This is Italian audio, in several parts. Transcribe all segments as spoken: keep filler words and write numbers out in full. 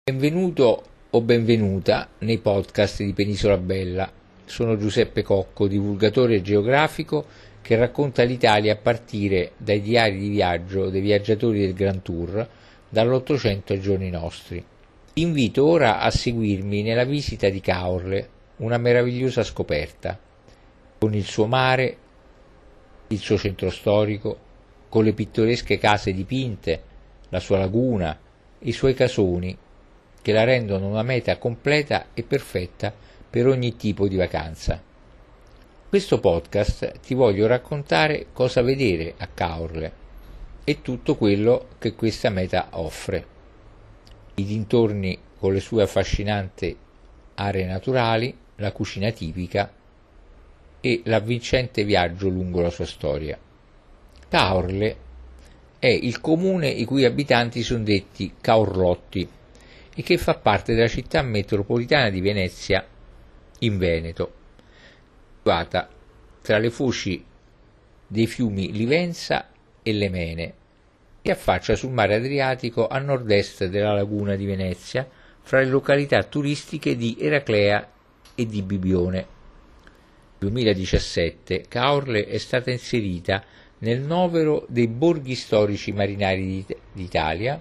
Benvenuto o benvenuta nei podcast di Penisola Bella. Sono Giuseppe Cocco, divulgatore geografico che racconta l'Italia a partire dai diari di viaggio dei viaggiatori del Grand Tour dall'Ottocento ai giorni nostri. Ti invito ora a seguirmi nella visita di Caorle, una meravigliosa scoperta, con il suo mare, il suo centro storico, con le pittoresche case dipinte, la sua laguna, i suoi casoni, che la rendono una meta completa e perfetta per ogni tipo di vacanza. In questo podcast ti voglio raccontare cosa vedere a Caorle e tutto quello che questa meta offre. I dintorni con le sue affascinanti aree naturali, la cucina tipica e l'avvincente viaggio lungo la sua storia. Caorle è il comune i cui abitanti sono detti Caorlotti e che fa parte della città metropolitana di Venezia in Veneto, situata tra le foci dei fiumi Livenza e Lemene e affaccia sul mare Adriatico a nord-est della laguna di Venezia, fra le località turistiche di Eraclea e di Bibione. Nel duemiladiciassette Caorle è stata inserita nel novero dei borghi storici marinari d'Italia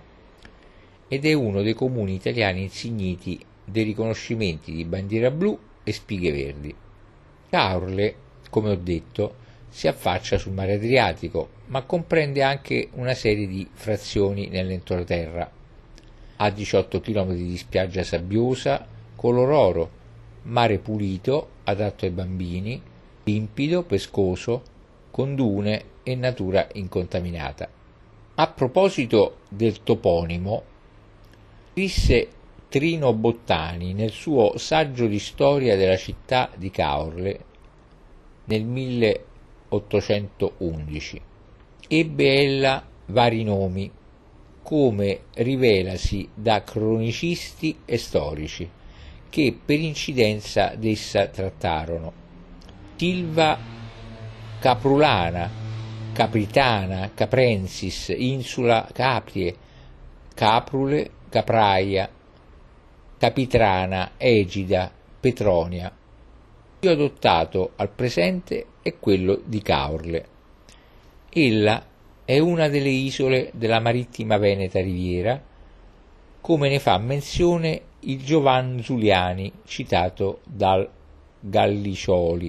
ed è uno dei comuni italiani insigniti dei riconoscimenti di bandiera blu e spighe verdi. Caorle, come ho detto, si affaccia sul mare Adriatico, ma comprende anche una serie di frazioni nell'entroterra. Ha diciotto chilometri di spiaggia sabbiosa, color oro, mare pulito, adatto ai bambini, limpido, pescoso, con dune e natura incontaminata. A proposito del toponimo, scrisse Trino Bottani nel suo saggio di storia della città di Caorle nel milleottocentoundici. Ebbe ella vari nomi, come rivelasi da cronicisti e storici, che per incidenza d'essa trattarono: Silva Caprulana, Capritana, Caprensis, Insula Caprie, Caprule, Capraia, Capitrana, Egida, Petronia. Il più adottato al presente è quello di Caorle. Ella è una delle isole della marittima Veneta Riviera, come ne fa menzione il Giovan Zuliani, citato dal Gallicioli.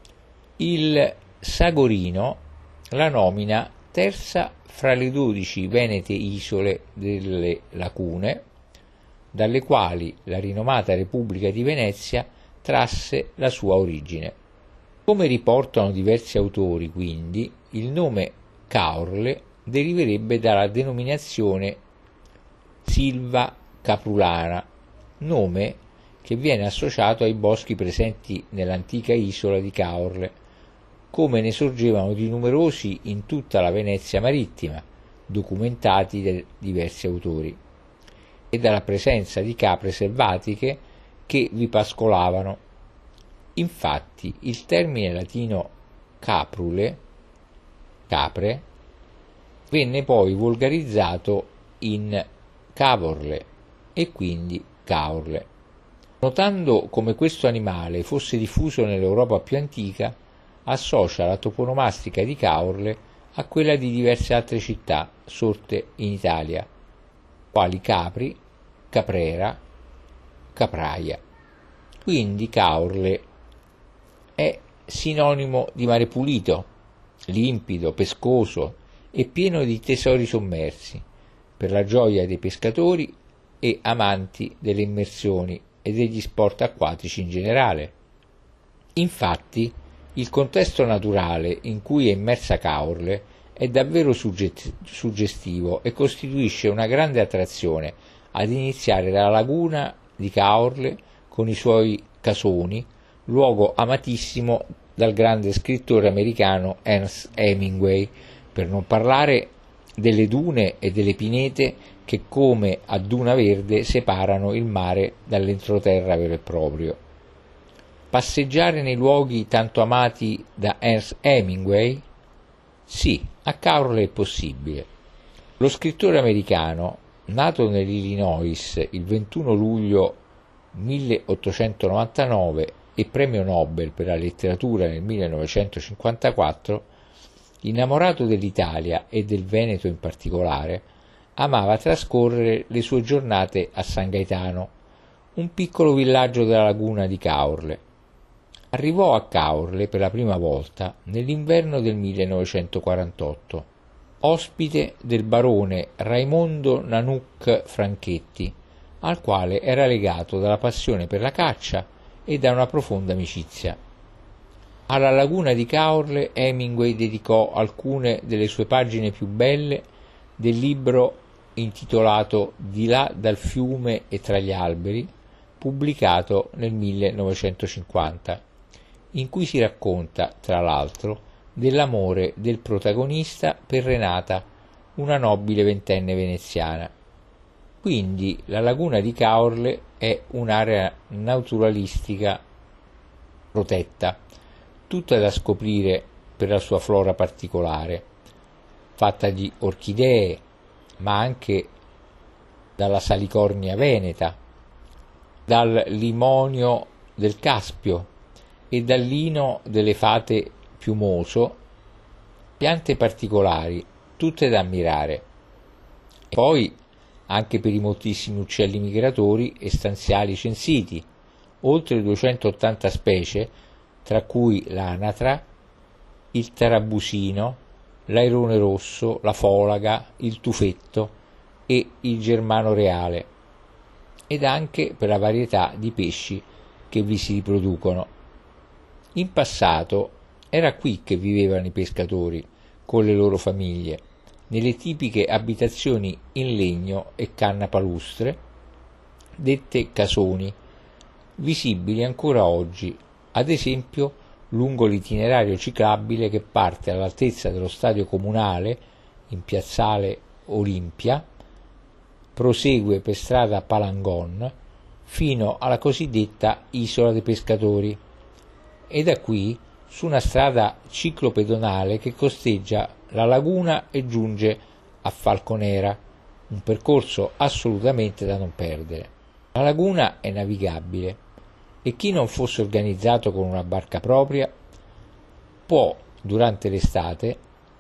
Il Sagorino la nomina terza fra le dodici venete isole delle lacune, dalle quali la rinomata Repubblica di Venezia trasse la sua origine. Come riportano diversi autori, quindi, il nome Caorle deriverebbe dalla denominazione Silva Caprulana, nome che viene associato ai boschi presenti nell'antica isola di Caorle, come ne sorgevano di numerosi in tutta la Venezia marittima, documentati da diversi autori, e dalla presenza di capre selvatiche che vi pascolavano. Infatti il termine latino caprule, capre, venne poi volgarizzato in cavorle e quindi Caorle. Notando come questo animale fosse diffuso nell'Europa più antica, associa la toponomastica di Caorle a quella di diverse altre città sorte in Italia, quali Capri, Caprera, Capraia. Quindi Caorle è sinonimo di mare pulito, limpido, pescoso e pieno di tesori sommersi, per la gioia dei pescatori e amanti delle immersioni e degli sport acquatici in generale. Infatti, il contesto naturale in cui è immersa Caorle è davvero suggestivo e costituisce una grande attrazione, ad iniziare dalla laguna di Caorle con i suoi casoni, luogo amatissimo dal grande scrittore americano Ernest Hemingway, per non parlare delle dune e delle pinete che, come a Duna Verde, separano il mare dall'entroterra vero e proprio. Passeggiare nei luoghi tanto amati da Ernest Hemingway? Sì, a Caorle è possibile. Lo scrittore americano nato nell'Illinois il ventuno luglio milleottocentonovantanove e premio Nobel per la letteratura nel millenovecentocinquantaquattro, innamorato dell'Italia e del Veneto in particolare, amava trascorrere le sue giornate a San Gaetano, un piccolo villaggio della laguna di Caorle. Arrivò a Caorle per la prima volta nell'inverno del millenovecentoquarantotto, ospite del barone Raimondo Nanuc Franchetti, al quale era legato dalla passione per la caccia e da una profonda amicizia. Alla laguna di Caorle Hemingway dedicò alcune delle sue pagine più belle del libro intitolato Di là dal fiume e tra gli alberi, pubblicato nel millenovecentocinquanta, in cui si racconta, tra l'altro, dell'amore del protagonista per Renata, una nobile ventenne veneziana. Quindi la laguna di Caorle è un'area naturalistica protetta, tutta da scoprire per la sua flora particolare, fatta di orchidee, ma anche dalla salicornia veneta, dal limonio del Caspio e dal lino delle fate piumoso, piante particolari, tutte da ammirare. E poi anche per i moltissimi uccelli migratori e stanziali censiti, oltre duecentottanta specie, tra cui l'anatra, il tarabusino, l'airone rosso, la folaga, il tufetto e il germano reale, ed anche per la varietà di pesci che vi si riproducono. In passato era qui che vivevano i pescatori con le loro famiglie, nelle tipiche abitazioni in legno e canna palustre, dette casoni, visibili ancora oggi, ad esempio lungo l'itinerario ciclabile che parte all'altezza dello stadio comunale, in piazzale Olimpia, prosegue per strada Palangon fino alla cosiddetta Isola dei Pescatori e da qui su una strada ciclopedonale che costeggia la laguna e giunge a Falconera, un percorso assolutamente da non perdere. La laguna è navigabile e chi non fosse organizzato con una barca propria può, durante l'estate,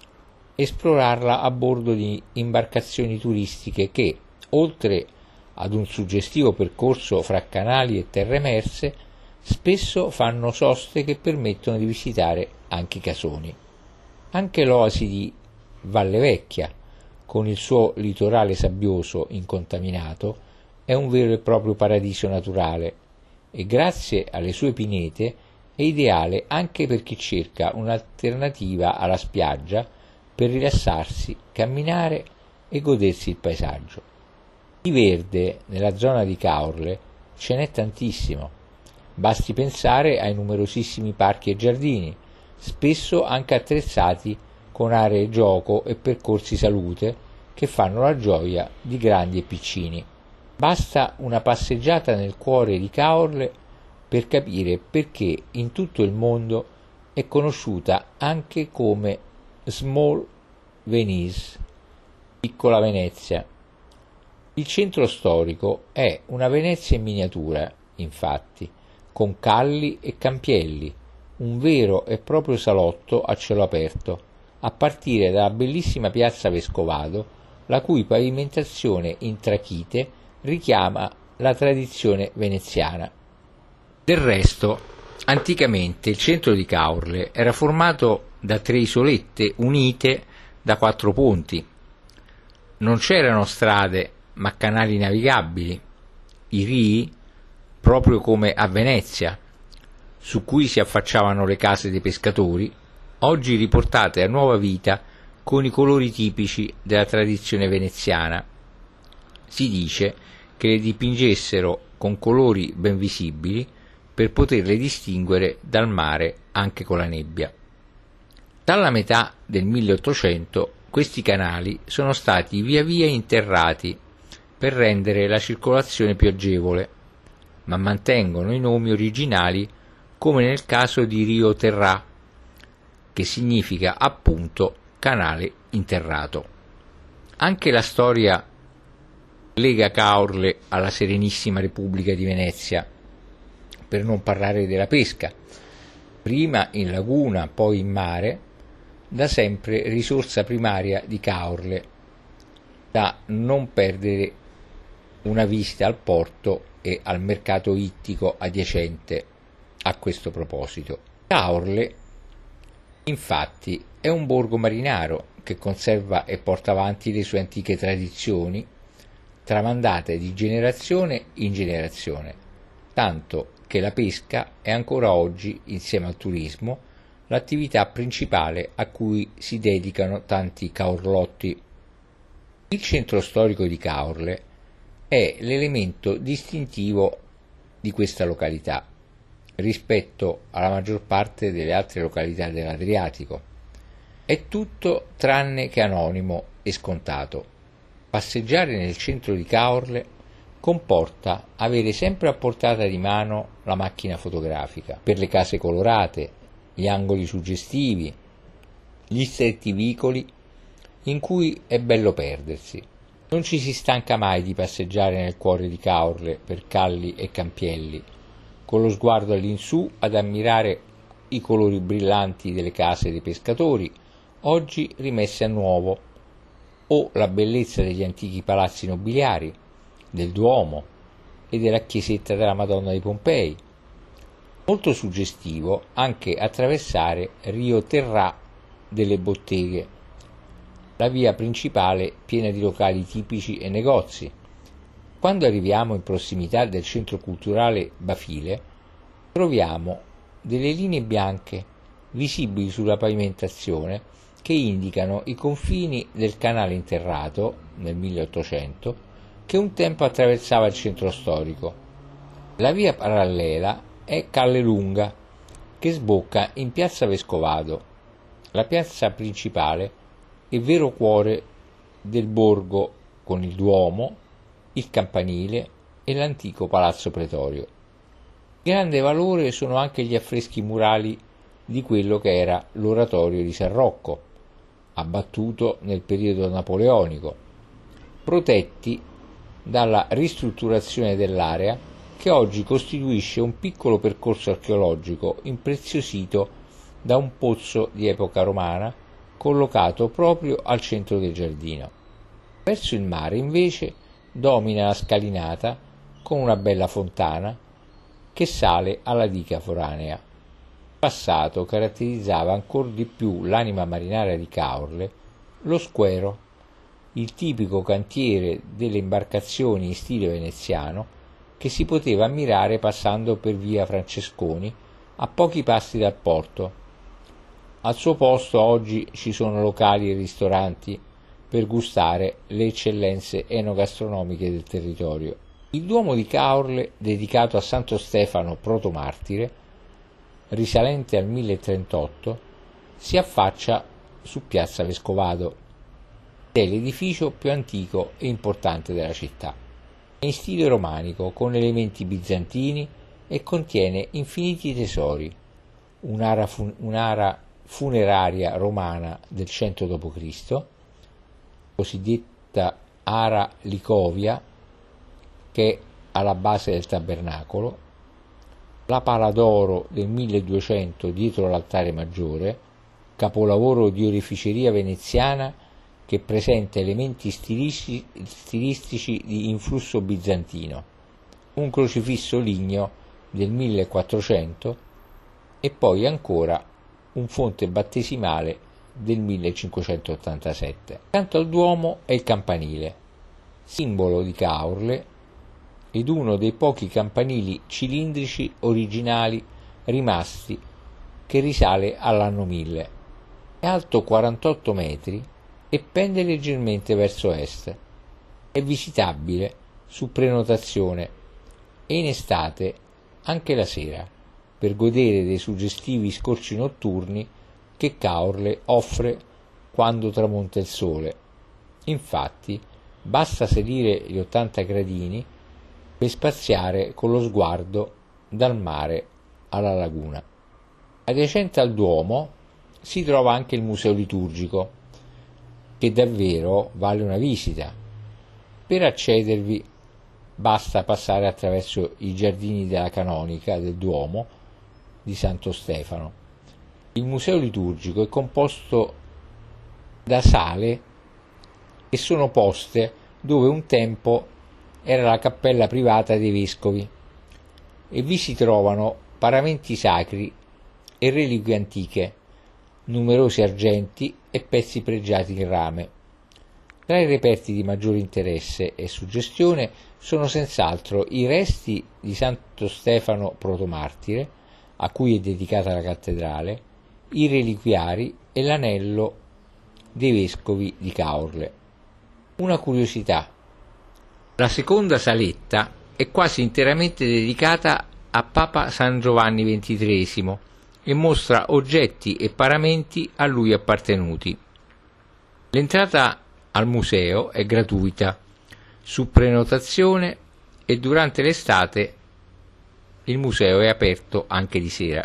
esplorarla a bordo di imbarcazioni turistiche che, oltre ad un suggestivo percorso fra canali e terre emerse, spesso fanno soste che permettono di visitare anche i casoni. Anche l'oasi di Valle Vecchia, con il suo litorale sabbioso incontaminato, è un vero e proprio paradiso naturale e grazie alle sue pinete è ideale anche per chi cerca un'alternativa alla spiaggia per rilassarsi, camminare e godersi il paesaggio. Di verde nella zona di Caorle ce n'è tantissimo, basti pensare ai numerosissimi parchi e giardini, spesso anche attrezzati con aree gioco e percorsi salute che fanno la gioia di grandi e piccini. Basta una passeggiata nel cuore di Caorle per capire perché in tutto il mondo è conosciuta anche come Small Venice, piccola Venezia. Il centro storico è una Venezia in miniatura, infatti, con calli e campielli, un vero e proprio salotto a cielo aperto, a partire dalla bellissima piazza Vescovado, la cui pavimentazione in trachite richiama la tradizione veneziana. Del resto, anticamente il centro di Caorle era formato da tre isolette unite da quattro ponti. Non c'erano strade, ma canali navigabili, i rii, proprio come a Venezia, su cui si affacciavano le case dei pescatori, oggi riportate a nuova vita con i colori tipici della tradizione veneziana. Si dice che le dipingessero con colori ben visibili per poterle distinguere dal mare anche con la nebbia. Dalla metà del milleottocento questi canali sono stati via via interrati per rendere la circolazione più agevole, ma mantengono i nomi originali come nel caso di Rio Terrà, che significa appunto canale interrato. Anche la storia lega Caorle alla Serenissima Repubblica di Venezia, per non parlare della pesca, prima in laguna, poi in mare, da sempre risorsa primaria di Caorle, da non perdere una visita al porto e al mercato ittico adiacente a questo proposito. Caorle, infatti, è un borgo marinaro che conserva e porta avanti le sue antiche tradizioni, tramandate di generazione in generazione, tanto che la pesca è ancora oggi, insieme al turismo, l'attività principale a cui si dedicano tanti caorlotti. Il centro storico di Caorle è l'elemento distintivo di questa località rispetto alla maggior parte delle altre località dell'Adriatico. È tutto tranne che anonimo e scontato. Passeggiare nel centro di Caorle comporta avere sempre a portata di mano la macchina fotografica per le case colorate, gli angoli suggestivi, gli stretti vicoli in cui è bello perdersi. Non ci si stanca mai di passeggiare nel cuore di Caorle per calli e campielli, con lo sguardo all'insù ad ammirare i colori brillanti delle case dei pescatori, oggi rimesse a nuovo, o la bellezza degli antichi palazzi nobiliari, del Duomo e della chiesetta della Madonna di Pompei. Molto suggestivo anche attraversare Rio Terrà delle Botteghe, la via principale piena di locali tipici e negozi. Quando arriviamo in prossimità del centro culturale Bafile, troviamo delle linee bianche visibili sulla pavimentazione che indicano i confini del canale interrato nel milleottocento che un tempo attraversava il centro storico. La via parallela è Calle Lunga, che sbocca in piazza Vescovado, la piazza principale e vero cuore del borgo, con il Duomo, il campanile e l'antico palazzo pretorio. Di grande valore sono anche gli affreschi murali di quello che era l'oratorio di San Rocco, abbattuto nel periodo napoleonico, protetti dalla ristrutturazione dell'area che oggi costituisce un piccolo percorso archeologico impreziosito da un pozzo di epoca romana collocato proprio al centro del giardino. Verso il mare invece domina la scalinata con una bella fontana che sale alla diga foranea. Il passato caratterizzava ancor di più l'anima marinaria di Caorle, lo squero, il tipico cantiere delle imbarcazioni in stile veneziano che si poteva ammirare passando per via Francesconi a pochi passi dal porto. Al suo posto oggi ci sono locali e ristoranti per gustare le eccellenze enogastronomiche del territorio. Il Duomo di Caorle, dedicato a Santo Stefano protomartire, risalente al mille trentotto, si affaccia su piazza Vescovado. È l'edificio più antico e importante della città. È in stile romanico con elementi bizantini e contiene infiniti tesori, un'ara, fun- un'ara funeraria romana del cento dopo Cristo, cosiddetta Ara Licovia, che è alla base del tabernacolo, la pala d'oro del milleduecento dietro l'altare maggiore, capolavoro di oreficeria veneziana che presenta elementi stilistici, stilistici di influsso bizantino, un crocifisso ligneo del millequattrocento e poi ancora un fonte battesimale del millecinquecentottantasette. Accanto al Duomo è il campanile, simbolo di Caorle ed uno dei pochi campanili cilindrici originali rimasti, che risale all'anno mille. È alto quarantotto metri e pende leggermente verso est. È visitabile su prenotazione e in estate anche la sera, per godere dei suggestivi scorci notturni che Caorle offre quando tramonta il sole. Infatti, basta salire gli ottanta gradini per spaziare con lo sguardo dal mare alla laguna. Adiacente al Duomo si trova anche il Museo Liturgico, che davvero vale una visita. Per accedervi basta passare attraverso i giardini della canonica del Duomo di Santo Stefano. Il museo liturgico è composto da sale che sono poste dove un tempo era la cappella privata dei vescovi e vi si trovano paramenti sacri e reliquie antiche, numerosi argenti e pezzi pregiati in rame. Tra i reperti di maggiore interesse e suggestione sono senz'altro i resti di Santo Stefano protomartire, a cui è dedicata la cattedrale, i reliquiari e l'anello dei vescovi di Caorle. Una curiosità: la seconda saletta è quasi interamente dedicata a Papa San Giovanni ventitreesimo e mostra oggetti e paramenti a lui appartenuti. L'entrata al museo è gratuita, su prenotazione, e durante l'estate il museo è aperto anche di sera.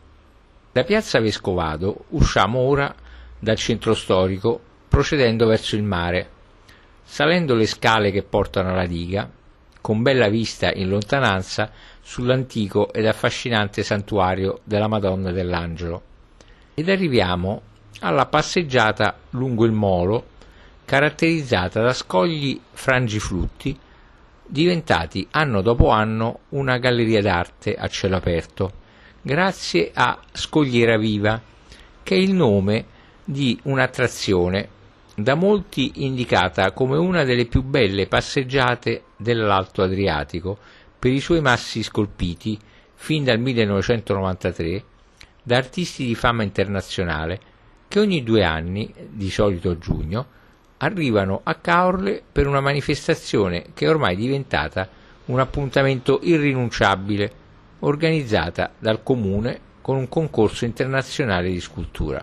Da piazza Vescovado usciamo ora dal centro storico procedendo verso il mare, salendo le scale che portano alla diga, con bella vista in lontananza sull'antico ed affascinante santuario della Madonna dell'Angelo, ed arriviamo alla passeggiata lungo il molo, caratterizzata da scogli frangiflutti diventati anno dopo anno una galleria d'arte a cielo aperto, grazie a Scogliera Viva, che è il nome di un'attrazione da molti indicata come una delle più belle passeggiate dell'Alto Adriatico per i suoi massi scolpiti fin dal millenovecentonovantatré da artisti di fama internazionale che ogni due anni, di solito a giugno, arrivano a Caorle per una manifestazione che è ormai diventata un appuntamento irrinunciabile, organizzata dal Comune con un concorso internazionale di scultura.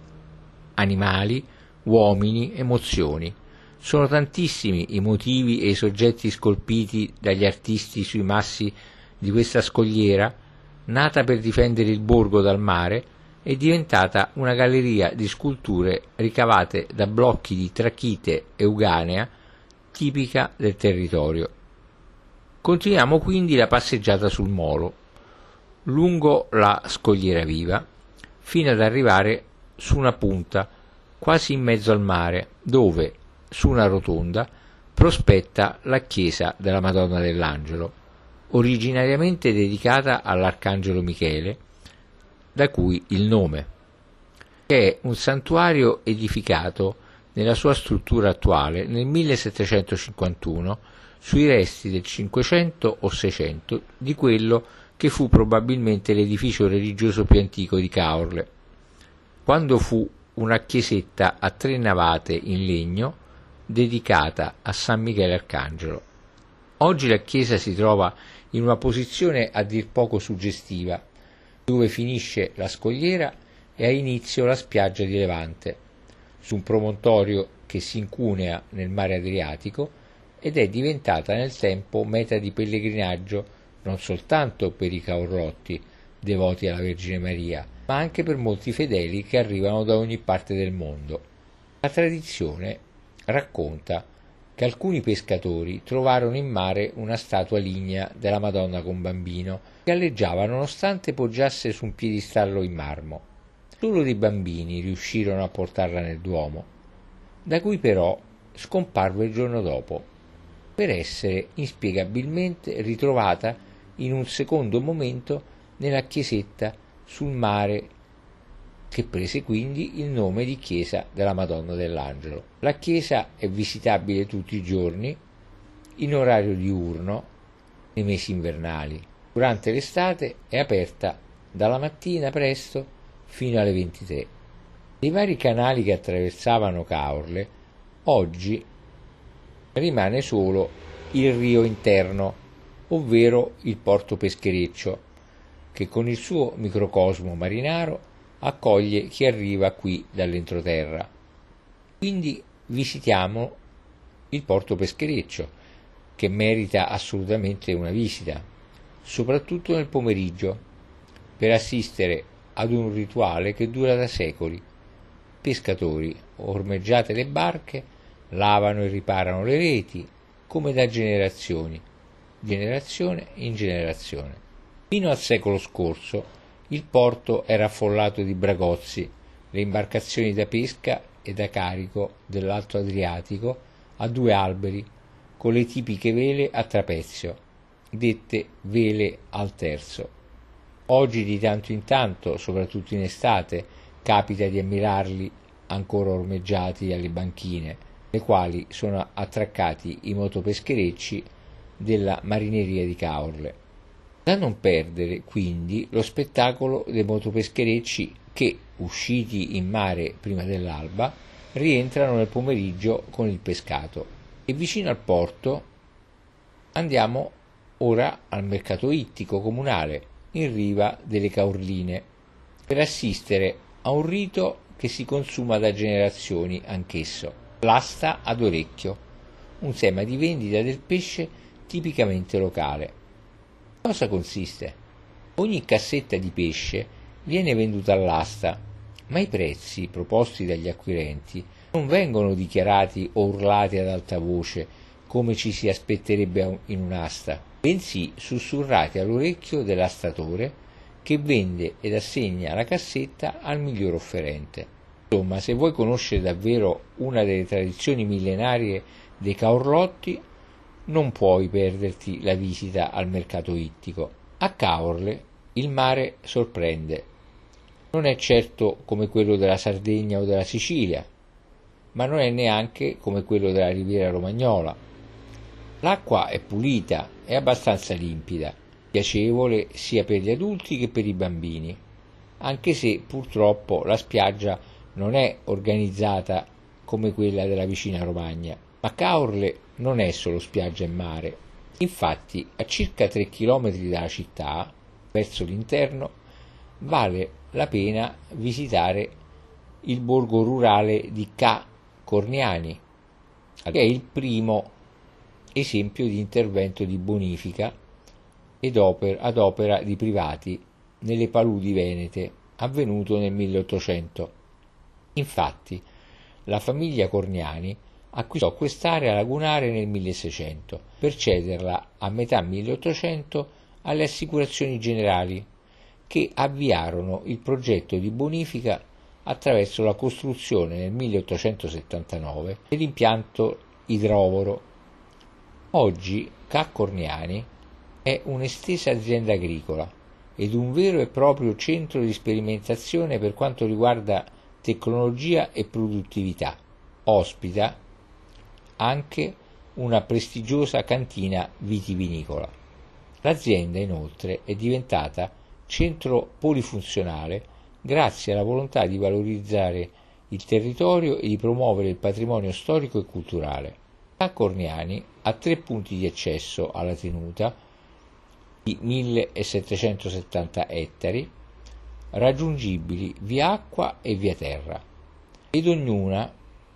Animali, uomini, emozioni. Sono tantissimi i motivi e i soggetti scolpiti dagli artisti sui massi di questa scogliera, nata per difendere il borgo dal mare, è diventata una galleria di sculture ricavate da blocchi di trachite euganea tipica del territorio. Continuiamo quindi la passeggiata sul molo, lungo la Scogliera Viva, fino ad arrivare su una punta, quasi in mezzo al mare, dove, su una rotonda, prospetta la chiesa della Madonna dell'Angelo, originariamente dedicata all'Arcangelo Michele, da cui il nome, che è un santuario edificato nella sua struttura attuale nel millesettecentocinquantuno sui resti del Cinquecento o Seicento di quello che fu probabilmente l'edificio religioso più antico di Caorle, quando fu una chiesetta a tre navate in legno dedicata a San Michele Arcangelo. Oggi la chiesa si trova in una posizione a dir poco suggestiva, dove finisce la scogliera e ha inizio la spiaggia di Levante, su un promontorio che si incunea nel mare Adriatico ed è diventata nel tempo meta di pellegrinaggio non soltanto per i caorrotti devoti alla Vergine Maria, ma anche per molti fedeli che arrivano da ogni parte del mondo. La tradizione racconta che alcuni pescatori trovarono in mare una statua lignea della Madonna con bambino che galleggiava nonostante poggiasse su un piedistallo in marmo. Solo dei bambini riuscirono a portarla nel Duomo, da cui però scomparve il giorno dopo, per essere inspiegabilmente ritrovata in un secondo momento nella chiesetta sul mare, che prese quindi il nome di Chiesa della Madonna dell'Angelo. La chiesa è visitabile tutti i giorni, in orario diurno, nei mesi invernali. Durante l'estate è aperta dalla mattina presto fino alle ventitré. Dei vari canali che attraversavano Caorle, oggi rimane solo il rio interno, ovvero il porto peschereccio, che con il suo microcosmo marinaro accoglie chi arriva qui dall'entroterra. Quindi visitiamo il porto peschereccio, che merita assolutamente una visita, soprattutto nel pomeriggio, per assistere ad un rituale che dura da secoli. Pescatori, ormeggiate le barche, lavano e riparano le reti, come da generazioni, generazione in generazione. Fino al secolo scorso il porto era affollato di bragozzi, le imbarcazioni da pesca e da carico dell'Alto Adriatico a due alberi, con le tipiche vele a trapezio, dette vele al terzo. Oggi di tanto in tanto, soprattutto in estate, capita di ammirarli ancora ormeggiati alle banchine, le quali sono attraccati i motopescherecci della marineria di Caorle. Da non perdere, quindi, lo spettacolo dei motopescherecci che, usciti in mare prima dell'alba, rientrano nel pomeriggio con il pescato. E vicino al porto andiamo ora al mercato ittico comunale, in riva delle Caorline, per assistere a un rito che si consuma da generazioni anch'esso, l'asta ad orecchio, un tema di vendita del pesce tipicamente locale. Cosa consiste? Ogni cassetta di pesce viene venduta all'asta, ma i prezzi proposti dagli acquirenti non vengono dichiarati o urlati ad alta voce come ci si aspetterebbe in un'asta, bensì sussurrati all'orecchio dell'astatore che vende ed assegna la cassetta al miglior offerente. Insomma, se vuoi conoscere davvero una delle tradizioni millenarie dei Caorlotti, non puoi perderti la visita al mercato ittico. A Caorle il mare sorprende. Non è certo come quello della Sardegna o della Sicilia, ma non è neanche come quello della Riviera Romagnola. L'acqua è pulita e abbastanza limpida, piacevole sia per gli adulti che per i bambini, anche se purtroppo la spiaggia non è organizzata come quella della vicina Romagna. Ma Caorle non è solo spiaggia e mare. Infatti, a circa tre chilometri dalla città, verso l'interno, vale la pena visitare il borgo rurale di Ca Corniani, che è il primo esempio di intervento di bonifica ed opera, ad opera di privati nelle paludi venete, avvenuto nel milleottocento. Infatti, la famiglia Corniani acquistò quest'area lagunare nel milleseicento per cederla a metà milleottocento alle assicurazioni generali, che avviarono il progetto di bonifica attraverso la costruzione nel milleottocentosettantanove dell'impianto idrovoro. Oggi Ca Corniani è un'estesa azienda agricola ed un vero e proprio centro di sperimentazione per quanto riguarda tecnologia e produttività. Ospita anche una prestigiosa cantina vitivinicola. L'azienda inoltre è diventata centro polifunzionale grazie alla volontà di valorizzare il territorio e di promuovere il patrimonio storico e culturale. Ca Corniani ha tre punti di accesso alla tenuta di millesettecentosettanta ettari, raggiungibili via acqua e via terra, ed ognuna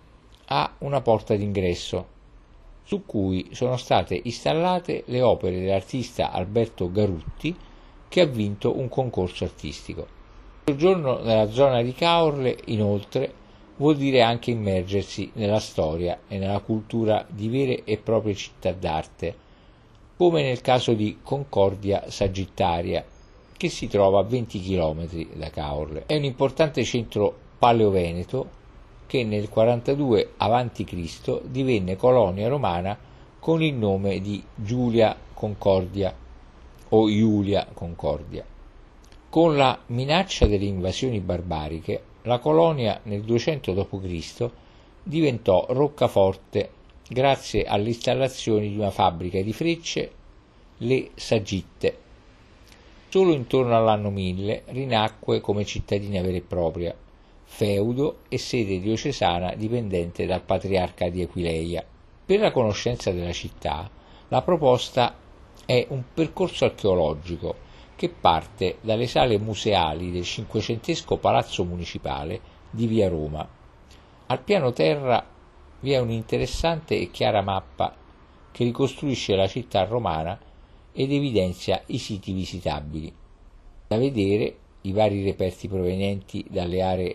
ha una porta d'ingresso su cui sono state installate le opere dell'artista Alberto Garutti, che ha vinto un concorso artistico. Il soggiorno nella zona di Caorle, inoltre, vuol dire anche immergersi nella storia e nella cultura di vere e proprie città d'arte, come nel caso di Concordia Sagittaria, che si trova a venti chilometri da Caorle. È un importante centro paleoveneto che nel quarantadue avanti Cristo divenne colonia romana con il nome di Giulia Concordia o Iulia Concordia. Con la minaccia delle invasioni barbariche, la colonia nel duecento dopo Cristo diventò roccaforte grazie all'installazione di una fabbrica di frecce, le Sagitte. Solo intorno all'anno mille rinacque come cittadina vera e propria, feudo e sede diocesana dipendente dal patriarca di Aquileia. Per la conoscenza della città, la proposta è un percorso archeologico che parte dalle sale museali del cinquecentesco Palazzo Municipale di via Roma. Al piano terra vi è un'interessante e chiara mappa che ricostruisce la città romana ed evidenzia i siti visitabili. Da vedere i vari reperti provenienti dalle aree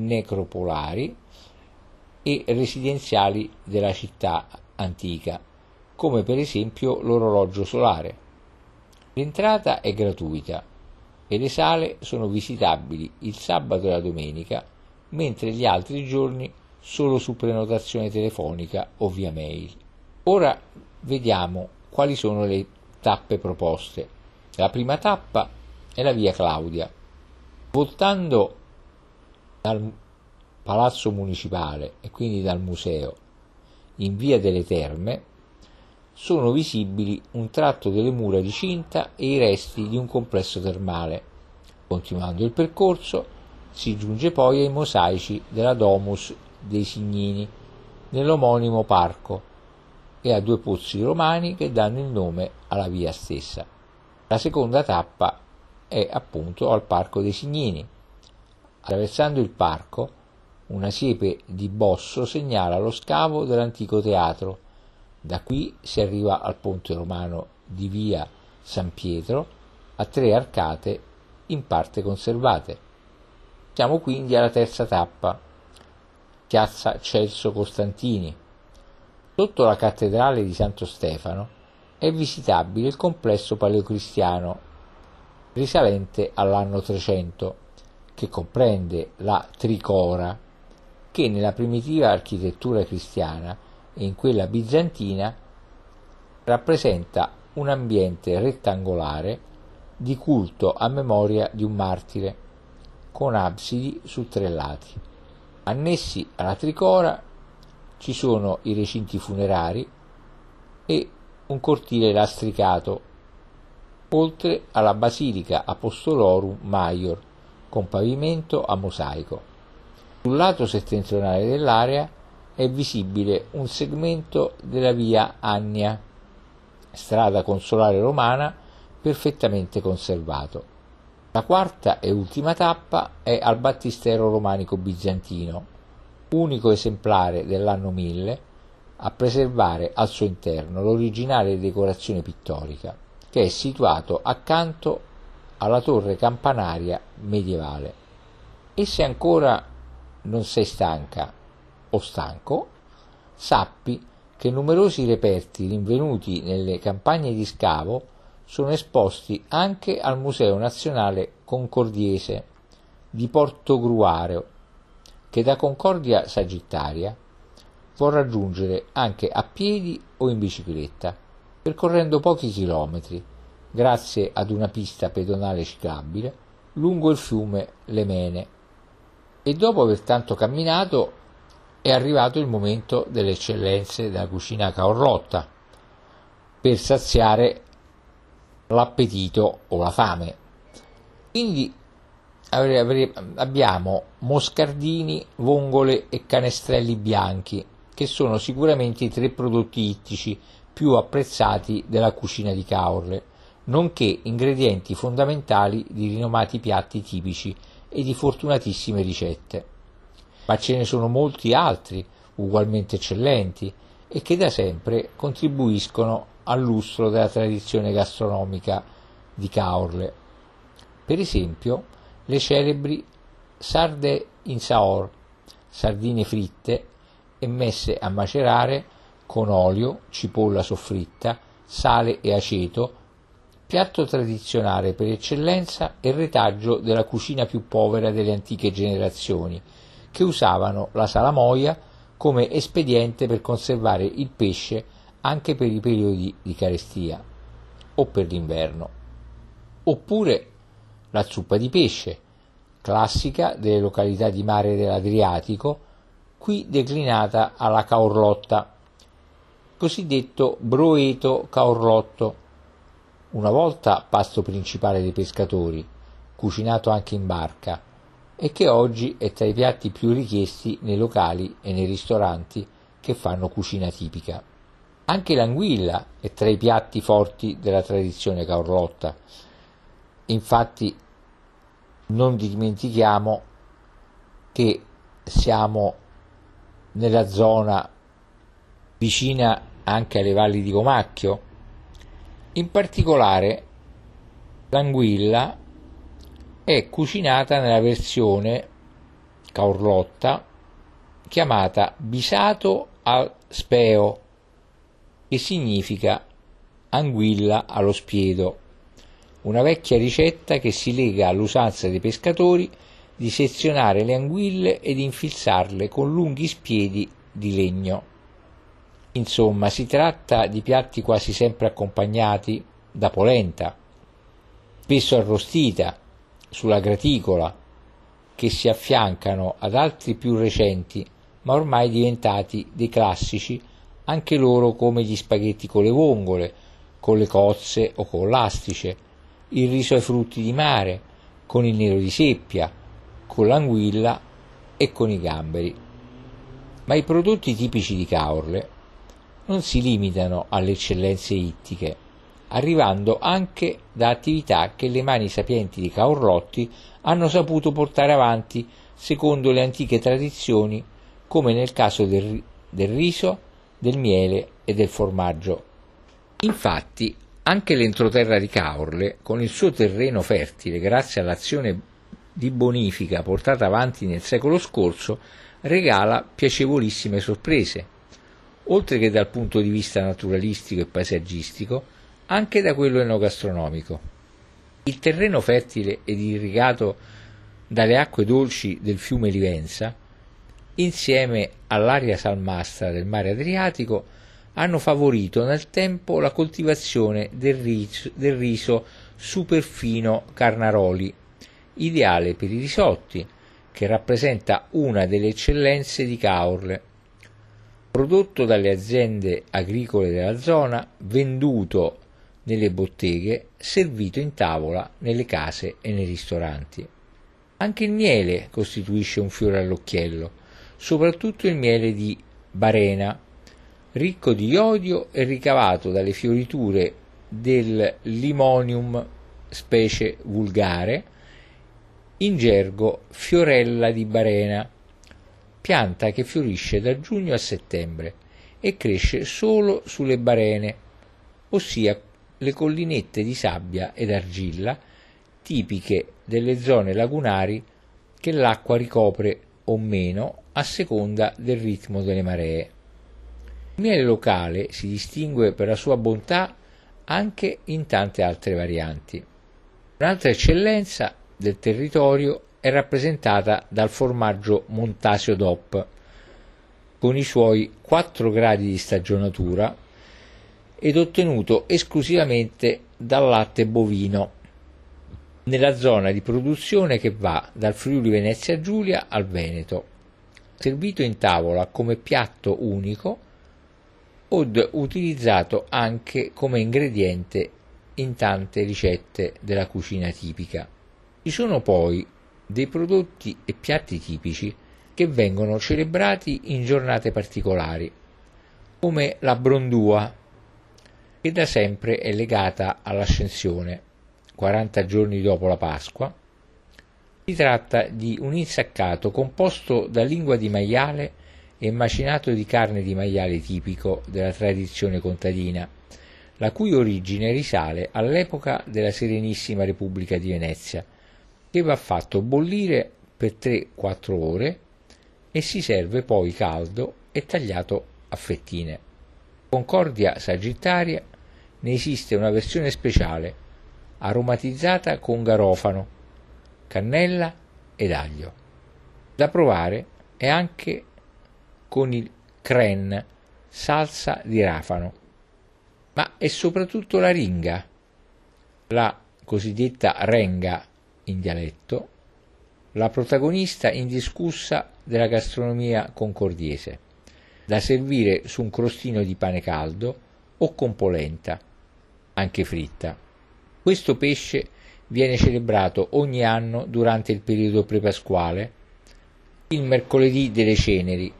necropolari e residenziali della città antica, come per esempio l'orologio solare. L'entrata è gratuita e le sale sono visitabili il sabato e la domenica, mentre gli altri giorni solo su prenotazione telefonica o via mail. Ora vediamo quali sono le tappe proposte. La prima tappa è la via Claudia. Voltando dal Palazzo Municipale e quindi dal museo in via delle Terme sono visibili un tratto delle mura di cinta e i resti di un complesso termale. Continuando il percorso si giunge poi ai mosaici della Domus dei Signini nell'omonimo parco e a due pozzi romani che danno il nome alla via stessa. La seconda tappa è appunto al Parco dei Signini. Attraversando il parco, una siepe di bosso segnala lo scavo dell'antico teatro. Da qui si arriva al ponte romano di via San Pietro a tre arcate in parte conservate. Siamo quindi alla terza tappa, piazza Celso Costantini. Sotto la cattedrale di Santo Stefano è visitabile il complesso paleocristiano risalente all'anno trecento, che comprende la Tricora, che nella primitiva architettura cristiana e in quella bizantina rappresenta un ambiente rettangolare di culto a memoria di un martire, con absidi su tre lati. Annessi alla Tricora ci sono i recinti funerari e un cortile lastricato, oltre alla Basilica Apostolorum Maior, con pavimento a mosaico. Sul lato settentrionale dell'area è visibile un segmento della via Annia, strada consolare romana perfettamente conservato. La quarta e ultima tappa è al Battistero romanico bizantino, unico esemplare dell'anno mille a preservare al suo interno l'originale decorazione pittorica, che è situato accanto alla torre campanaria medievale. E se ancora non sei stanca o stanco, sappi che numerosi reperti rinvenuti nelle campagne di scavo sono esposti anche al Museo Nazionale Concordiese di Portogruaro, che da Concordia Sagittaria può raggiungere anche a piedi o in bicicletta, percorrendo pochi chilometri, grazie ad una pista pedonale ciclabile lungo il fiume Lemene. E dopo aver tanto camminato è arrivato il momento delle eccellenze della cucina caorlotta, per saziare l'appetito o la fame. Quindi abbiamo moscardini, vongole e canestrelli bianchi, che sono sicuramente i tre prodotti ittici più apprezzati della cucina di Caorle, nonché ingredienti fondamentali di rinomati piatti tipici e di fortunatissime ricette. Ma ce ne sono molti altri ugualmente eccellenti e che da sempre contribuiscono al lustro della tradizione gastronomica di Caorle. Per esempio le celebri sarde in saor, sardine fritte e messe a macerare con olio, cipolla soffritta, sale e aceto, piatto tradizionale per eccellenza e retaggio della cucina più povera delle antiche generazioni, che usavano la salamoia come espediente per conservare il pesce anche per i periodi di carestia o per l'inverno. Oppure la zuppa di pesce, classica delle località di mare dell'Adriatico, qui declinata alla caorlotta, cosiddetto broeto caorlotto, una volta pasto principale dei pescatori, cucinato anche in barca, e che oggi è tra i piatti più richiesti nei locali e nei ristoranti che fanno cucina tipica. Anche l'anguilla è tra i piatti forti della tradizione caorlotta. Infatti non dimentichiamo che siamo nella zona vicina anche alle valli di Comacchio. In particolare l'anguilla è cucinata nella versione caorlotta chiamata bisato al speo, che significa anguilla allo spiedo, una vecchia ricetta che si lega all'usanza dei pescatori di sezionare le anguille ed infilzarle con lunghi spiedi di legno. Insomma, si tratta di piatti quasi sempre accompagnati da polenta, spesso arrostita sulla graticola, che si affiancano ad altri più recenti, ma ormai diventati dei classici, anche loro, come gli spaghetti con le vongole, con le cozze o con l'astice, il riso ai frutti di mare, con il nero di seppia, con l'anguilla e con i gamberi. Ma i prodotti tipici di Caorle non si limitano alle eccellenze ittiche, arrivando anche da attività che le mani sapienti di Caorlotti hanno saputo portare avanti secondo le antiche tradizioni, come nel caso del, del riso, del miele e del formaggio. Infatti, anche l'entroterra di Caorle, con il suo terreno fertile grazie all'azione di bonifica portata avanti nel secolo scorso, regala piacevolissime sorprese, oltre che dal punto di vista naturalistico e paesaggistico, anche da quello enogastronomico. Il terreno fertile ed irrigato dalle acque dolci del fiume Livenza, insieme all'aria salmastra del mare Adriatico, hanno favorito nel tempo la coltivazione del riso, del riso superfino Carnaroli, ideale per i risotti, che rappresenta una delle eccellenze di Caorle. Prodotto dalle aziende agricole della zona, venduto nelle botteghe, servito in tavola nelle case e nei ristoranti. Anche il miele costituisce un fiore all'occhiello, soprattutto il miele di Barena, ricco di iodio e ricavato dalle fioriture del Limonium, specie vulgare, in gergo fiorella di Barena, pianta che fiorisce da giugno a settembre e cresce solo sulle barene, ossia le collinette di sabbia ed argilla tipiche delle zone lagunari che l'acqua ricopre o meno a seconda del ritmo delle maree. Il miele locale si distingue per la sua bontà anche in tante altre varianti. Un'altra eccellenza del territorio è rappresentata dal formaggio Montasio D O P, con i suoi quattro gradi di stagionatura ed ottenuto esclusivamente dal latte bovino, nella zona di produzione che va dal Friuli Venezia Giulia al Veneto, servito in tavola come piatto unico od utilizzato anche come ingrediente in tante ricette della cucina tipica. Ci sono poi dei prodotti e piatti tipici che vengono celebrati in giornate particolari, come la brondua, che da sempre è legata all'Ascensione, quaranta giorni dopo la Pasqua. Si tratta di un insaccato composto da lingua di maiale e macinato di carne di maiale tipico della tradizione contadina, la cui origine risale all'epoca della Serenissima Repubblica di Venezia, che va fatto bollire per tre quattro ore e si serve poi caldo e tagliato a fettine. Concordia sagittaria ne esiste una versione speciale, aromatizzata con garofano, cannella ed aglio. Da provare è anche con il cren, salsa di rafano, ma è soprattutto la ringa, la cosiddetta renga in dialetto, la protagonista indiscussa della gastronomia concordiese, da servire su un crostino di pane caldo o con polenta, anche fritta. Questo pesce viene celebrato ogni anno durante il periodo prepasquale, il mercoledì delle ceneri,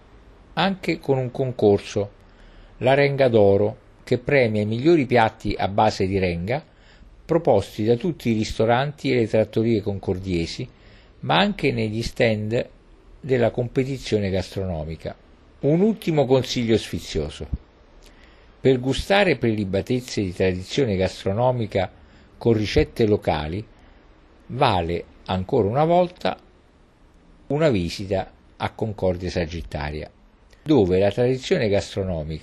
anche con un concorso, la Renga d'Oro, che premia i migliori piatti a base di renga proposti da tutti i ristoranti e le trattorie concordiesi, ma anche negli stand della competizione gastronomica. Un ultimo consiglio sfizioso: per gustare prelibatezze di tradizione gastronomica con ricette locali, vale ancora una volta una visita a Concordia Sagittaria, dove la tradizione gastronomica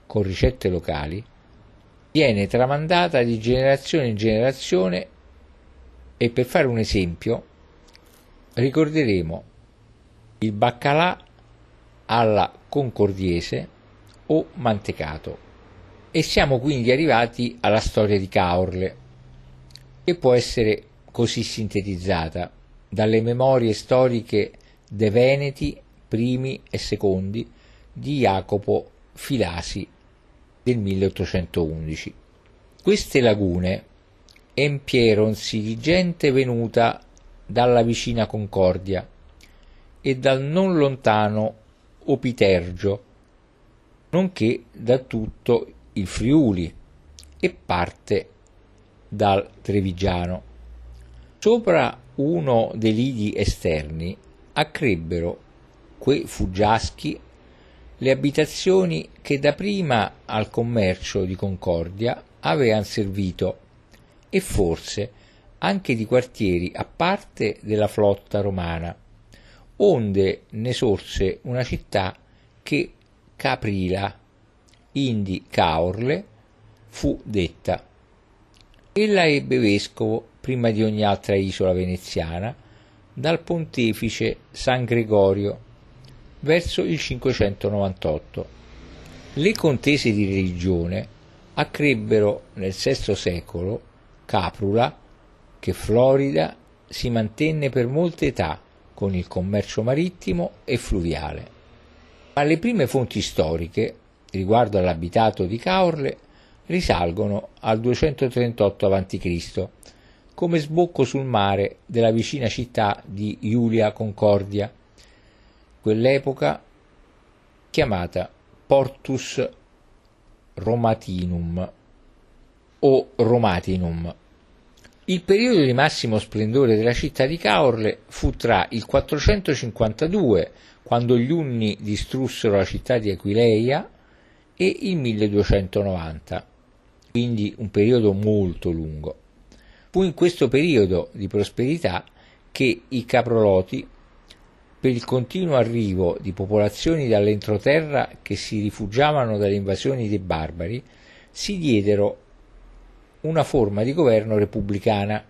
con ricette locali, viene tramandata di generazione in generazione e, per fare un esempio, ricorderemo il baccalà alla concordiese o mantecato. E siamo quindi arrivati alla storia di Caorle, che può essere così sintetizzata dalle memorie storiche dei Veneti primi e secondi di Jacopo Filasi del milleottocentoundici. Queste lagune empieronsi di gente venuta dalla vicina Concordia e dal non lontano Opitergio, nonché da tutto il Friuli e parte dal Trevigiano. Sopra uno dei lidi esterni accrebbero quei fuggiaschi le abitazioni che dapprima al commercio di Concordia avean servito, e forse anche di quartieri a parte della flotta romana, onde ne sorse una città che Caprila, indi Caorle, fu detta. Ella ebbe vescovo, prima di ogni altra isola veneziana, dal pontefice San Gregorio, verso il cinquecentonovantotto. Le contese di religione accrebbero nel sesto secolo Caprula, che florida si mantenne per molte età con il commercio marittimo e fluviale. Ma le prime fonti storiche riguardo all'abitato di Caorle risalgono al duecentotrentotto avanti Cristo, come sbocco sul mare della vicina città di Iulia Concordia, quell'epoca chiamata Portus Romatinum o Romatinum. Il periodo di massimo splendore della città di Caorle fu tra il quattrocentocinquantadue, quando gli Unni distrussero la città di Aquileia, e il milleduecentonovanta, quindi un periodo molto lungo. Fu in questo periodo di prosperità che i caproloti, per il continuo arrivo di popolazioni dall'entroterra che si rifugiavano dalle invasioni dei barbari, si diedero una forma di governo repubblicana,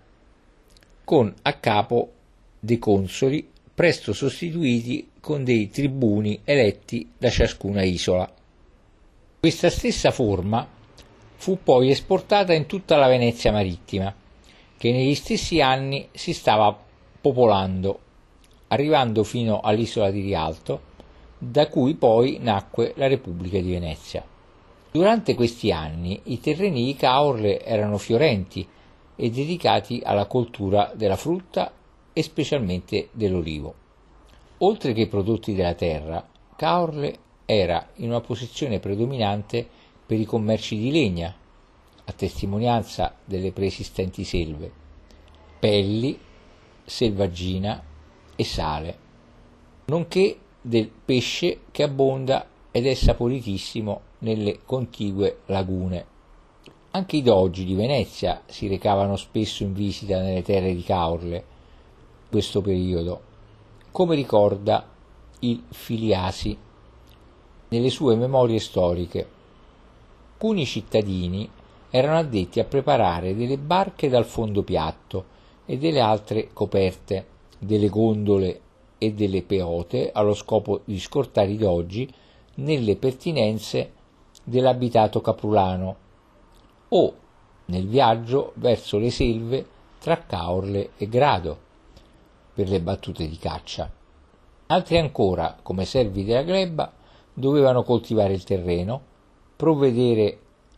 con a capo dei consoli, presto sostituiti con dei tribuni eletti da ciascuna isola. Questa stessa forma fu poi esportata in tutta la Venezia marittima, che negli stessi anni si stava popolando, arrivando fino all'isola di Rialto, da cui poi nacque la Repubblica di Venezia. Durante questi anni i terreni di Caorle erano fiorenti e dedicati alla coltura della frutta e specialmente dell'olivo. Oltre che i prodotti della terra, Caorle era in una posizione predominante per i commerci di legna, a testimonianza delle preesistenti selve, pelli, selvaggina e sale, nonché del pesce che abbonda ed è saporitissimo nelle contigue lagune. Anche i dogi di Venezia si recavano spesso in visita nelle terre di Caorle in questo periodo, come ricorda il Filiasi nelle sue memorie storiche. Alcuni cittadini erano addetti a preparare delle barche dal fondo piatto e delle altre coperte, delle gondole e delle peote allo scopo di scortare i dogi nelle pertinenze dell'abitato caprulano o nel viaggio verso le selve tra Caorle e Grado per le battute di caccia. Altri ancora, come servi della gleba, dovevano coltivare il terreno, provvedere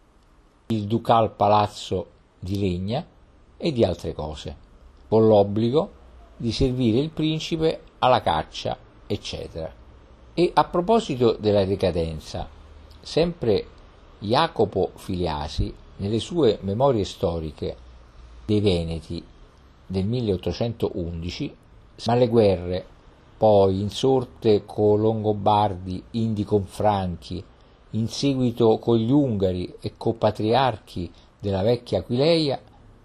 il ducal palazzo di legna e di altre cose, con l'obbligo di servire il principe alla caccia, eccetera. E a proposito della decadenza, sempre Jacopo Filiasi, nelle sue memorie storiche dei Veneti del milleottocentoundici, ma le guerre poi insorte con Longobardi, indi con Franchi, in seguito con gli Ungari e con patriarchi della vecchia Aquileia,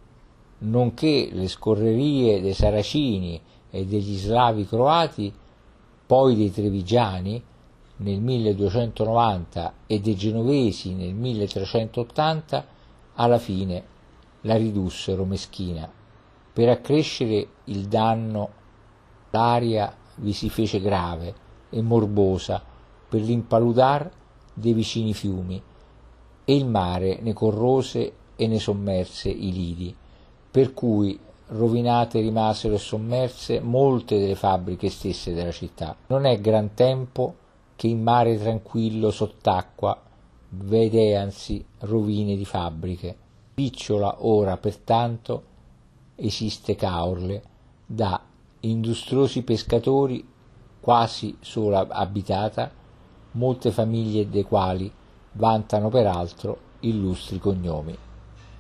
nonché le scorrerie dei Saracini e degli Slavi croati, poi dei Trevigiani, nel milleduecentonovanta e dei genovesi nel milletrecentottanta, alla fine la ridussero meschina. Per accrescere il danno l'aria vi si fece grave e morbosa per l'impaludar dei vicini fiumi, e il mare ne corrose e ne sommerse i lidi, per cui rovinate rimasero e sommerse molte delle fabbriche stesse della città. Non è gran tempo che in mare tranquillo sott'acqua vedeansi rovine di fabbriche. Picciola ora pertanto esiste Caorle, da industriosi pescatori quasi sola abitata, molte famiglie dei quali vantano peraltro illustri cognomi.